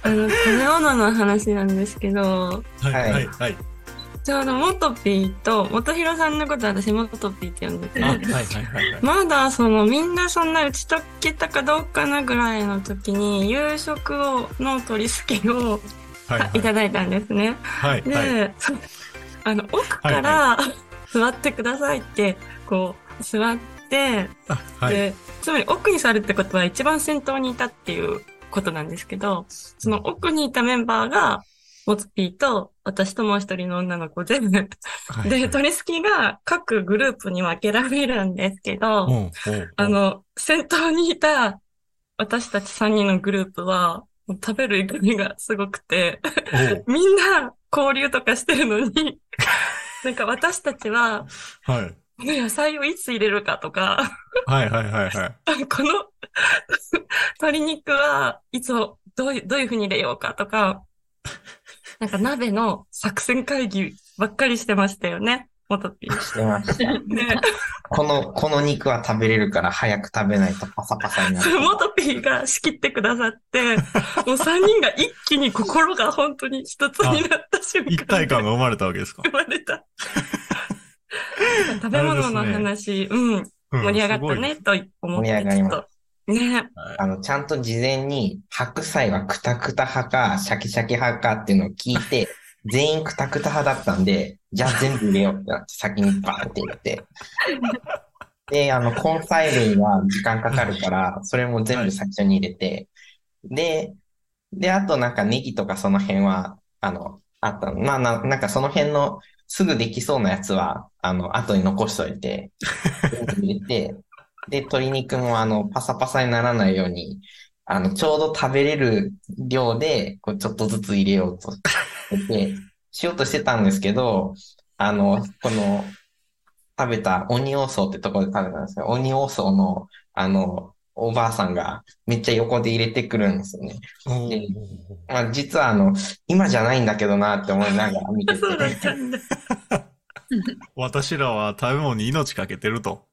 食べ物の話なんですけど、 はいはい。 はいはい。 ちょうどモトピーと、元弘さんのことは私モトピーって呼んでて、 あ、はいはいはいはい。 まだみんなそんな打ち解けたかどうかなぐらいの時に、夕食の取り付けをはいはい。 いただいたんですね。 はいはい。 で、奥はいはい。 から座ってくださいって、座って、 あ、はい。 で、つまり奥に座るってことは一番先頭にいたっていうことなんですけど、その奥にいたメンバーが、モツピーと私ともう一人の女の子で、で、 はいはい。 取り付きが各グループに分けられるんですけど、 ほうほうほう。 先頭にいた私たち3人のグループは、もう食べる怒りがすごくて、 おう。 みんな交流とかしてるのに、なんか私たちは、 はい。 この野菜をいつ入れるかとか、 はいはいはいはい。 この鶏肉はいつをどういうふうに入れようかとか、なんか鍋の作戦会議ばっかりしてましたよね、元ピしてましー。 た。 ね、 この肉は食べれるから早く食べないとパサパサになるそのとか。 元ピーが仕切ってくださって、もう3人が一気に心が本当に一つにあ、 なった瞬一間で体感が生まれたわけですか？ 生まれた。食あれでべ物のすね。 話、盛うん、 り上がったすごいです。 ねと思っ盛り上て、ちょっと、 がります。 ね。 はい。 ちゃんと事前に白菜はクタクタ派か、シャキシャキ派かっていうのを聞いて、全員クタクタ派だったんで、じゃあ全部入れようってなって先にバーンって入れて、で、根菜類は時間かかるから、それも全はい。 部最初に入れて、で、あとなんかネギとかその辺は、あったの。なんかその辺のすぐできそうなやつは、後に残しといて、全部入れて、で、鶏肉もパサパサにならないように、ちょうど食べれる量で、こう、ちょっとずつ入れようとしようとしてたんですけど、この、食べた鬼王荘ってところで食べたんですよ。鬼王荘の、おばあさんがめっちゃ横で入れてくるんですよね。 おで、 ー。 まあ、実は今じゃないんだけどなって思いながら見てて、 そうだったんだ。 私らは食べ物に命かけてると。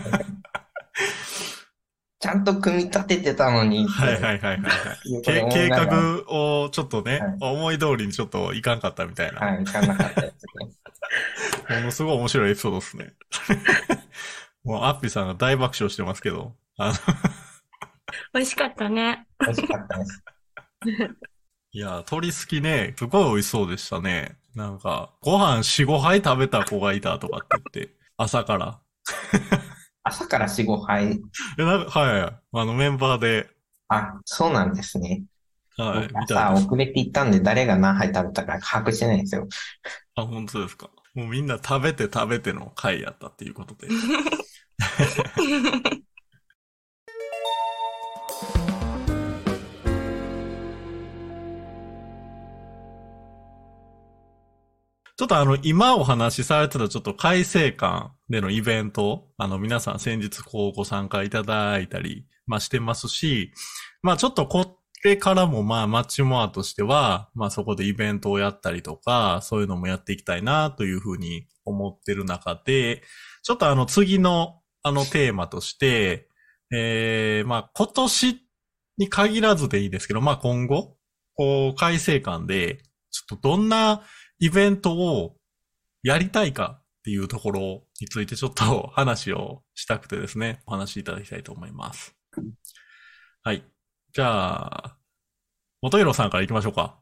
ちゃんと組み立ててたのにってはいはいはいはいはい。 いうことを思い計ながら、 画をちょっとね、 はい、 思い通りにちょっといかんかったみたいな。 はい、いかなかったですね。 ものすごい面白いエピソードですね。もうアッピーさんが大爆笑してますけど。 美味しかったね。 美味しかったです。 いや、鶏すきね、すごい美味しそうでしたね。なんか、ご飯4、5杯食べた子がいたとかって言って、朝から。 朝から4、5杯。 なんか、はい。メンバーで、 あ、そうなんですね。僕はい、みたい朝です。 遅れて行ったんで誰が何杯食べたか把握してないんですよ。 あ、本当ですか。もうみんな食べて食べての回やったっていうことで。ちょっと今お話しされてたちょっと改正館でのイベント、皆さん先日ご参加いただいたり、してますし、ちょっとこれからもマッチモアとしては、そこでイベントをやったりとか、そういうのもやっていきたいなというふうに思ってる中で、ちょっと次のテーマとして、今年に限らずでいいですけど、今後、改正館で、ちょっとどんなイベントをやりたいかっていうところについてちょっと話をしたくてですね、お話しいただきたいと思います。はい。じゃあ、元弘さんから行きましょうか。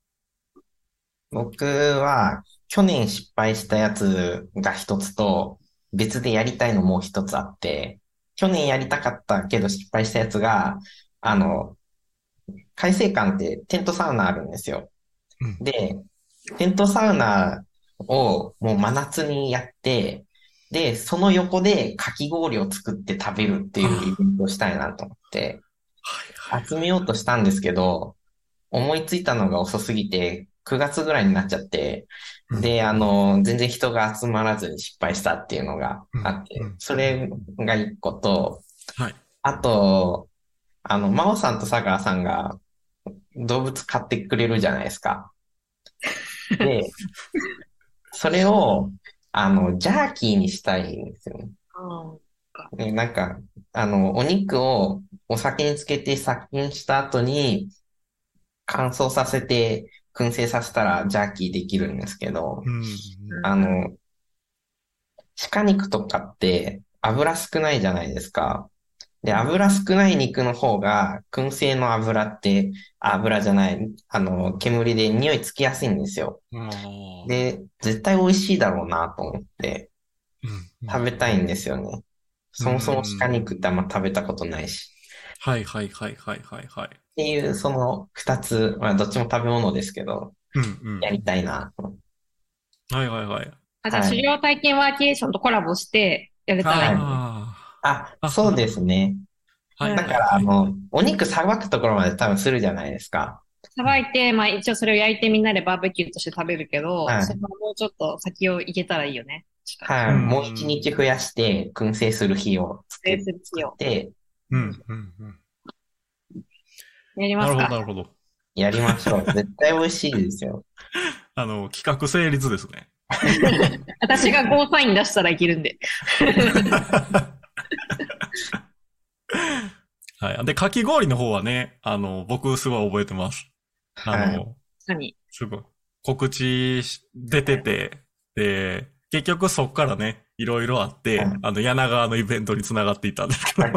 僕は去年失敗したやつが一つと別でやりたいのもう一つあって、去年やりたかったけど失敗したやつが、あの、海星館ってテントサウナあるんですよ。 うん。 で、テントサウナをもう真夏にやって、で、その横でかき氷を作って食べるっていうイベあ、 ントをしたいなと思ってはいはい集めようとしたんですけど、思いついたのが遅すぎて、9月ぐらいになっちゃって、 はい。うん。 で、全然人が集まらずに失敗したっていうのがうん。 あって、 うん。 それが一個と、 はい。 あと、真央さんと佐川さんが動物飼ってくれるじゃないですか。で、それを、ジャーキーにしたいんですよね。 ああ、 でなんか、お肉をお酒につけて殺菌した後に、 乾燥させて、燻製させたらジャーキーできるんですけど、 うん。 あの、鹿肉とかって油少ないじゃないですか。で、油少ない肉の方が、燻製の油って、油じゃない、煙で匂いつきやすいんですよ。 ああ。 で、絶対美味しいだろうなと思ってうん。 食べたいんですよね。そもそも鹿肉ってあんま食べたことないし。 はいはいはいはいはいはい。 っていう、その二つ、まあどっちも食べ物ですけど、 うんやりたいなと。 はいはいはい。 あ、じゃあ、 はい狩猟体験ワーケーションとコラボしてやれたらいい。 そうですね。 はいだから、お肉さばくところまで多分するじゃないですか。 さばいて、まあ一応それを焼いてみんなでバーベキューとして食べるけど、 はいそれももうちょっと先を行けたらいいよね。 はい。もう一日増やして、燻製する日を作って、 うんうんうん。 やりますか。 なるほど。 やりましょう。絶対美味しいですよ。 企画成立ですね。 私がゴーサイン出したらいけるんで。 はい。で、かき氷の方はね、僕すごい覚えてます。 何すごい。告知出てて、で、結局そっからね、いろいろあって、柳川のイベントに繋がっていったんですけど。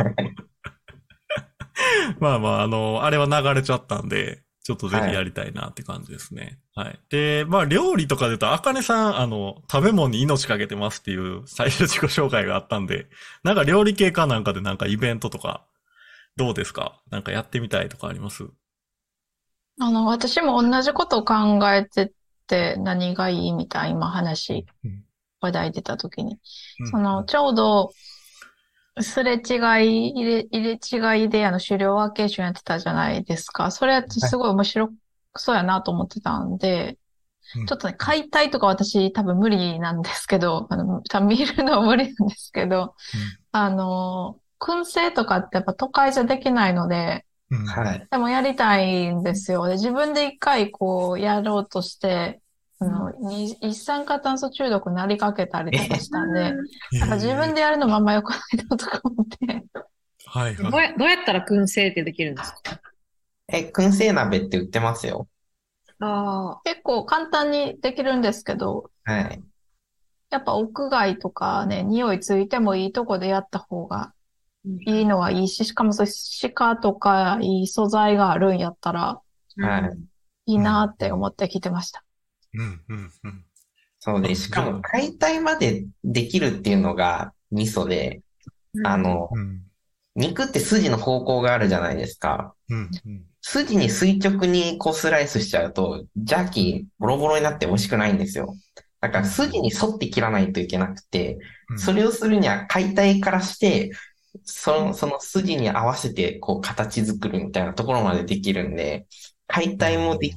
まあまあ、あれは流れちゃったんで、ちょっとぜひやりたいなって感じですね。はい。で、まあ、料理とかで言うと、あかねさん、食べ物に命かけてますっていう最初自己紹介があったんで、なんか料理系かなんかでなんかイベントとか、どうですか？なんかやってみたいとかあります？ 私も同じことを考えてて、何がいいみたい、今話、話題出た時に。ちょうど、すれ違い、入れ違いで、狩猟ワーケーションやってたじゃないですか。それってすごい面白そうやなと思ってたんで、ちょっとね、解体とか私多分無理なんですけど、多分見るのは無理なんですけど、燻製とかってやっぱ都会じゃできないので、でもやりたいんですよ。で、自分で一回こうやろうとして、一酸化炭素中毒になりかけたりとかしたんで、なんか自分でやるのもあんま良くないなとか思って。 はいはい。 どうやったら燻製ってできるんですか？ 燻製鍋って売ってますよ。 結構簡単にできるんですけど、 はい。 やっぱ屋外とかね、匂いついてもいいとこでやった方がいいのはいいし、しかもそう鹿とかいい素材があるんやったら、いいなって思って聞いてました。 そうで、しかも解体までできるっていうのがミソで、肉って筋の方向があるじゃないですか。筋に垂直にこうスライスしちゃうと、ジャーキーボロボロになって美味しくないんですよ。だから筋に沿って切らないといけなくて、それをするには解体からして、その筋に合わせてこう形作るみたいなところまでできるんで、解体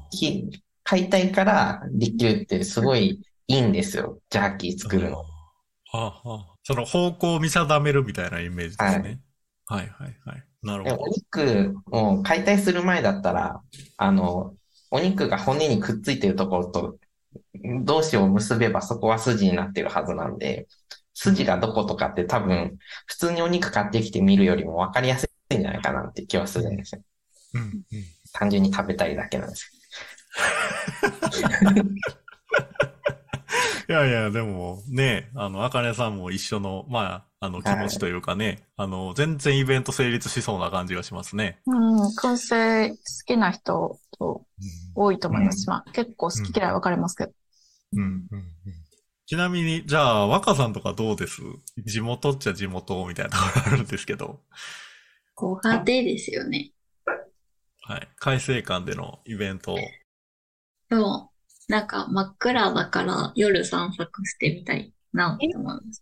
からできるってすごいいいんですよ。ジャーキー作るの。 その方向を見定めるみたいなイメージですね。はいはいはい。なるほど。 お肉を解体する前だったら、お肉が骨にくっついてるところと、同士を結べばそこは筋になってるはずなんで、筋がどことかって多分、普通にお肉買ってきて見るよりも分かりやすいんじゃないかなって気はするんですよ。単純に食べたいだけなんですいやいや、でもね、あかねさんも一緒の、まあ、気持ちというかね、全然イベント成立しそうな感じがしますね。 燻製好きな人多いと思います。まあ、結構好き嫌い分かれますけど。 ちなみに、じゃあ、若さんとかどうです？地元っちゃ地元みたいなところあるんですけど。 ご家庭ですよね。 はい。開成館でのイベント。 でも、なんか真っ暗だから夜散策してみたいなって思いました。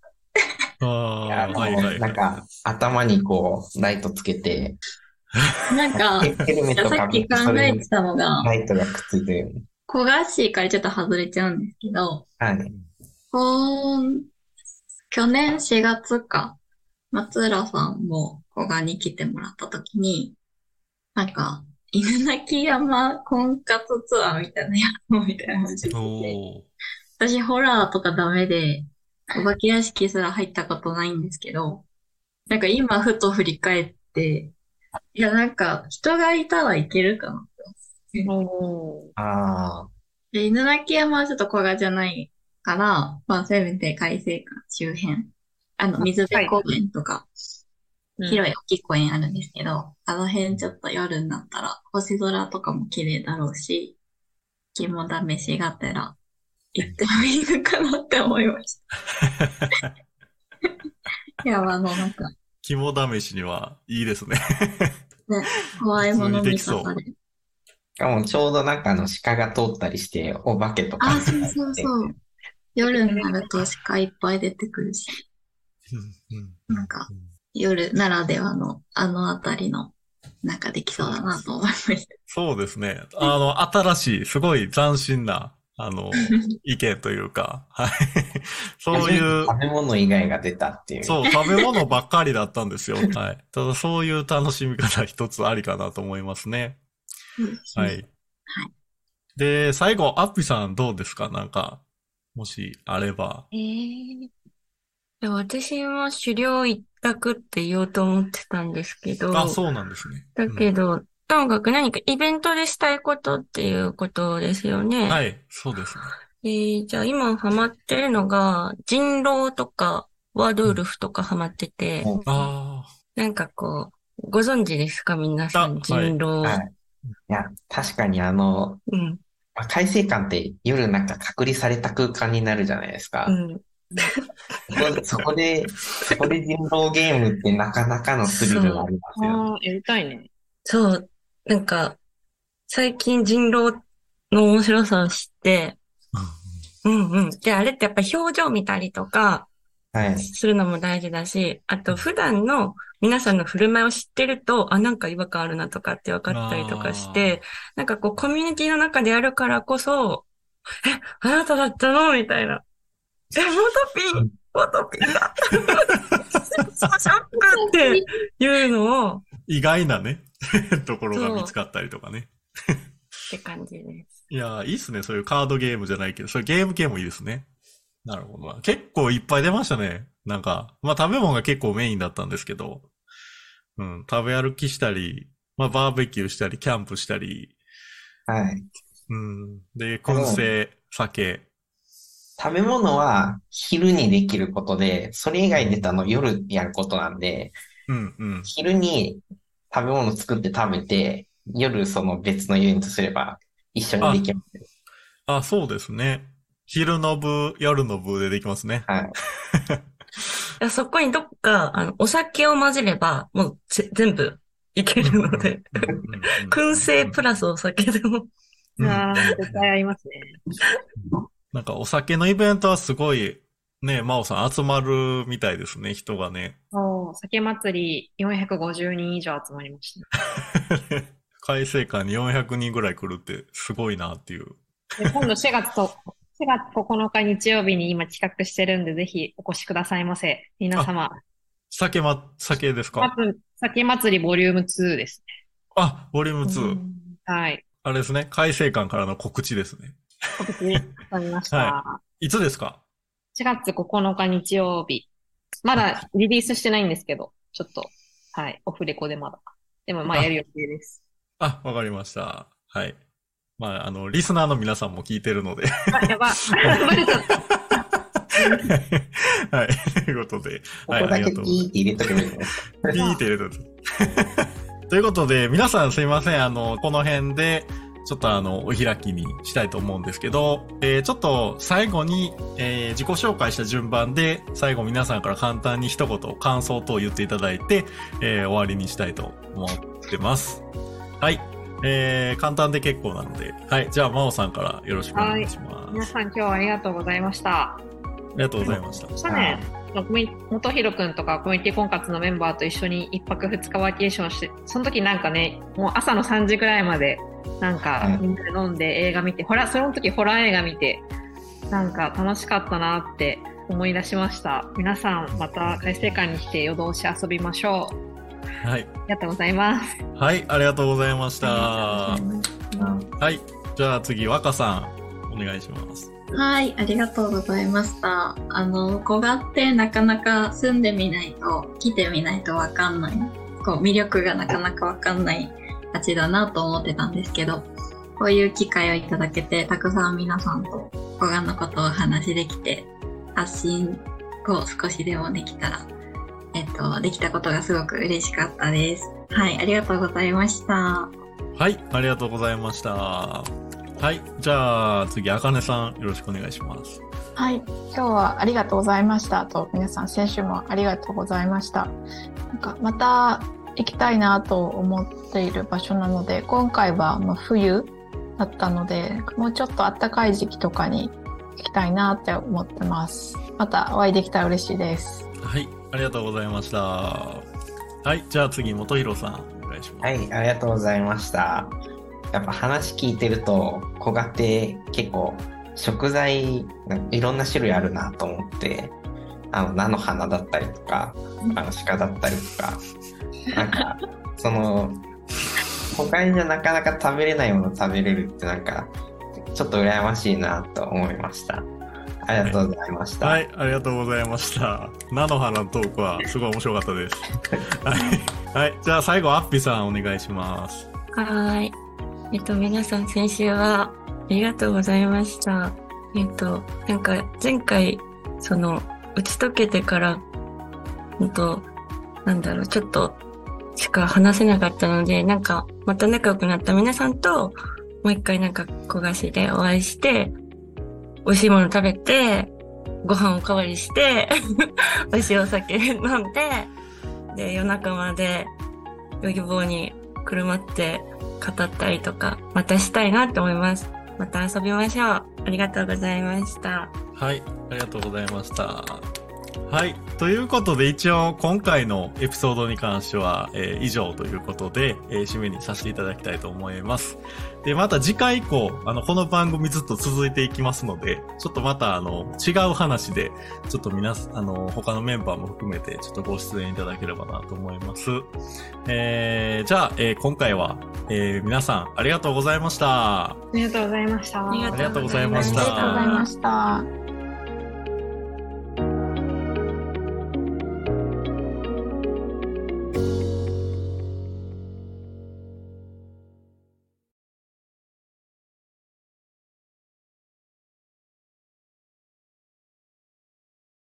なんか頭にこうライトつけて、 なんかさっき考えてたのが、 ライトがくっついてる。 焦がしいからちょっと外れちゃうんですけど、去年4月か、松浦さんも古賀に来てもらった時に、なんか、犬鳴山婚活ツアーみたいなやつみたいな話してて、私ホラーとかダメで、お化け屋敷すら入ったことないんですけど、なんか今ふと振り返って、いやなんか人がいたらいけるかなって。 おー。 ああ、 で犬鳴山はちょっと小賀じゃないから、まあ、せめて海星館周辺。水辺公園とか、広い大きい公園あるんですけど、あの辺ちょっと夜になったら、星空とかも綺麗だろうし、肝試しがてら行ってもいいのかなって思いました。いや、なんか、 肝試しにはいいですね。 ね、怖いもの見普通に方で。 しかもちょうどなんか鹿が通ったりして、お化けとか。 あ、そうそうそう。夜になると鹿いっぱい出てくるし、なんか、夜ならではのあのあたりの、なんかできそうだなと思いました。 そうですね。新しい、すごい斬新な、意見というか、はい。そういう。 食べ物以外が出たっていう。 そう、食べ物ばっかりだったんですよ。はい。ただそういう楽しみ方一つありかなと思いますね。はい。はい。で、最後、アッピさんどうですか？なんか、もしあれば。 私は狩猟一択って言おうと思ってたんですけど。 あ、そうなんですね。 だけど、ともかく何かイベントでしたいことっていうことですよね。 はい、そうですね。じゃあ今ハマってるのが、人狼とか、ワドウルフとかハマってて。なんかこう、ご存知ですか皆さん、人狼。 はい。いや、確かに海星館って夜なんか隔離された空間になるじゃないですか。そこで人狼ゲームってなかなかのスリルがありますよね。 やりたいね。 そう。なんか、最近人狼の面白さを知って、で、あれってやっぱり表情見たりとか、するのも大事だし、あと普段の皆さんの振る舞いを知ってると、なんか違和感あるなとかって分かったりとかして、なんかこうコミュニティの中でやるからこそ、あなただったのみたいな。モトピーだ。ショックっていうのを。 意外なね、ところが見つかったりとかね。 って感じです。 いや、いいっすね。そういうカードゲームじゃないけど、そういうゲーム系もいいですね。なるほど。結構いっぱい出ましたね。なんか、食べ物が結構メインだったんですけど、食べ歩きしたり、バーベキューしたり、キャンプしたり。 はい。 で、燻製、酒。 食べ物は昼にできることで、それ以外出たの夜やることなんで、昼に食べ物作って食べて、夜その別のイベントすれば一緒にできます。 そうですね。昼の部、夜の部でできますね。 はい。 そこにどっか、お酒を混ぜれば、もう全部いけるので。燻製プラスお酒でも。 絶対合いますね。 なんかお酒のイベントはすごい、ね、真央さん集まるみたいですね、人がね。 酒祭り450人以上集まりました。 海星館に400人ぐらい来るってすごいなっていう。 今度4月9日日曜日に今企画してるんで、ぜひお越しくださいませ。皆様。 酒ですか？ 酒祭りボリューム2ですね。ボリューム2。 はい。 あれですね。海星館からの告知ですね。 告知になりました。 いつですか ？4月9日日曜日。まだリリースしてないんですけど、ちょっと、はい、オフレコでまだ。でもやる予定です。 わかりました。はい。リスナーの皆さんも聞いてるので。 やば。 はい。ということで。 ここだけピーって入れとけばいいの？ ピーって入れとく。ということで、皆さんすいません。この辺で、ちょっとお開きにしたいと思うんですけど、ちょっと最後に、自己紹介した順番で、最後皆さんから簡単に一言感想等を言っていただいて、終わりにしたいと思ってます。はい。簡単で結構なので、はい。じゃあ、真央さんからよろしくお願いします。 皆さん今日はありがとうございました。 ありがとうございました。 元弘くんとかコミュニティ婚活のメンバーと一緒に1泊2日ワーケーションして、その時なんかね、もう朝の3時ぐらいまで、なんかみんなで飲んで映画見て、その時ホラー映画見て、なんか楽しかったなって思い出しました。皆さんまた海星館に来て夜通し遊びましょう。 はい。 ありがとうございます。 はい、ありがとうございました。はい。じゃあ次、若さん、お願いします。 はい、ありがとうございました。古賀ってなかなか住んでみないと、来てみないとわかんない、魅力がなかなかわかんない街だなと思ってたんですけど、 こういう機会をいただけて、たくさん皆さんと古賀のことをお話しできて、発信を少しでもできたら、できたことがすごく嬉しかったです。はい、ありがとうございました。 はい、ありがとうございました。はい、じゃあ次、あかねさんよろしくお願いします。 はい、今日はありがとうございましたと、皆さん先週もありがとうございました。なんかまた行きたいなと思っている場所なので、今回は冬だったので、もうちょっと暖かい時期とかに行きたいなって思ってます。またお会いできたら嬉しいです。 はい、ありがとうございました。はい、じゃあ次、元弘さんお願いします。 はい、ありがとうございました。やっぱ話聞いてると、古賀って結構食材いろんな種類あるなと思って、菜の花だったりとか、鹿だったりとか、なんか他にじゃなかなか食べれないもの食べれるってなんかちょっと羨ましいなと思いました。ありがとうございました。 はい、ありがとうございました。菜の花のトークはすごい面白かったです。はい、じゃあ最後アッピさんお願いします。 はい。皆さん先週はありがとうございました。なんか前回打ち解けてからちょっとしか話せなかったので、なんかまた仲良くなった皆さんともう一回なんか古賀市でお会いして、美味しいもの食べて、ご飯おかわりして、美味しいお酒飲んで、で、夜中まで、ヨギボーにくるまって語ったりとか、またしたいなって思います。また遊びましょう。ありがとうございました。 はい、ありがとうございました。はい。ということで、一応、今回のエピソードに関しては、以上ということで、締めにさせていただきたいと思います。で、また次回以降、この番組ずっと続いていきますので、ちょっとまた、違う話で、ちょっと他のメンバーも含めて、ちょっとご出演いただければなと思います。じゃあ、今回は、皆さん、ありがとうございました。 ありがとうございました。 ありがとうございました。 ありがとうございました。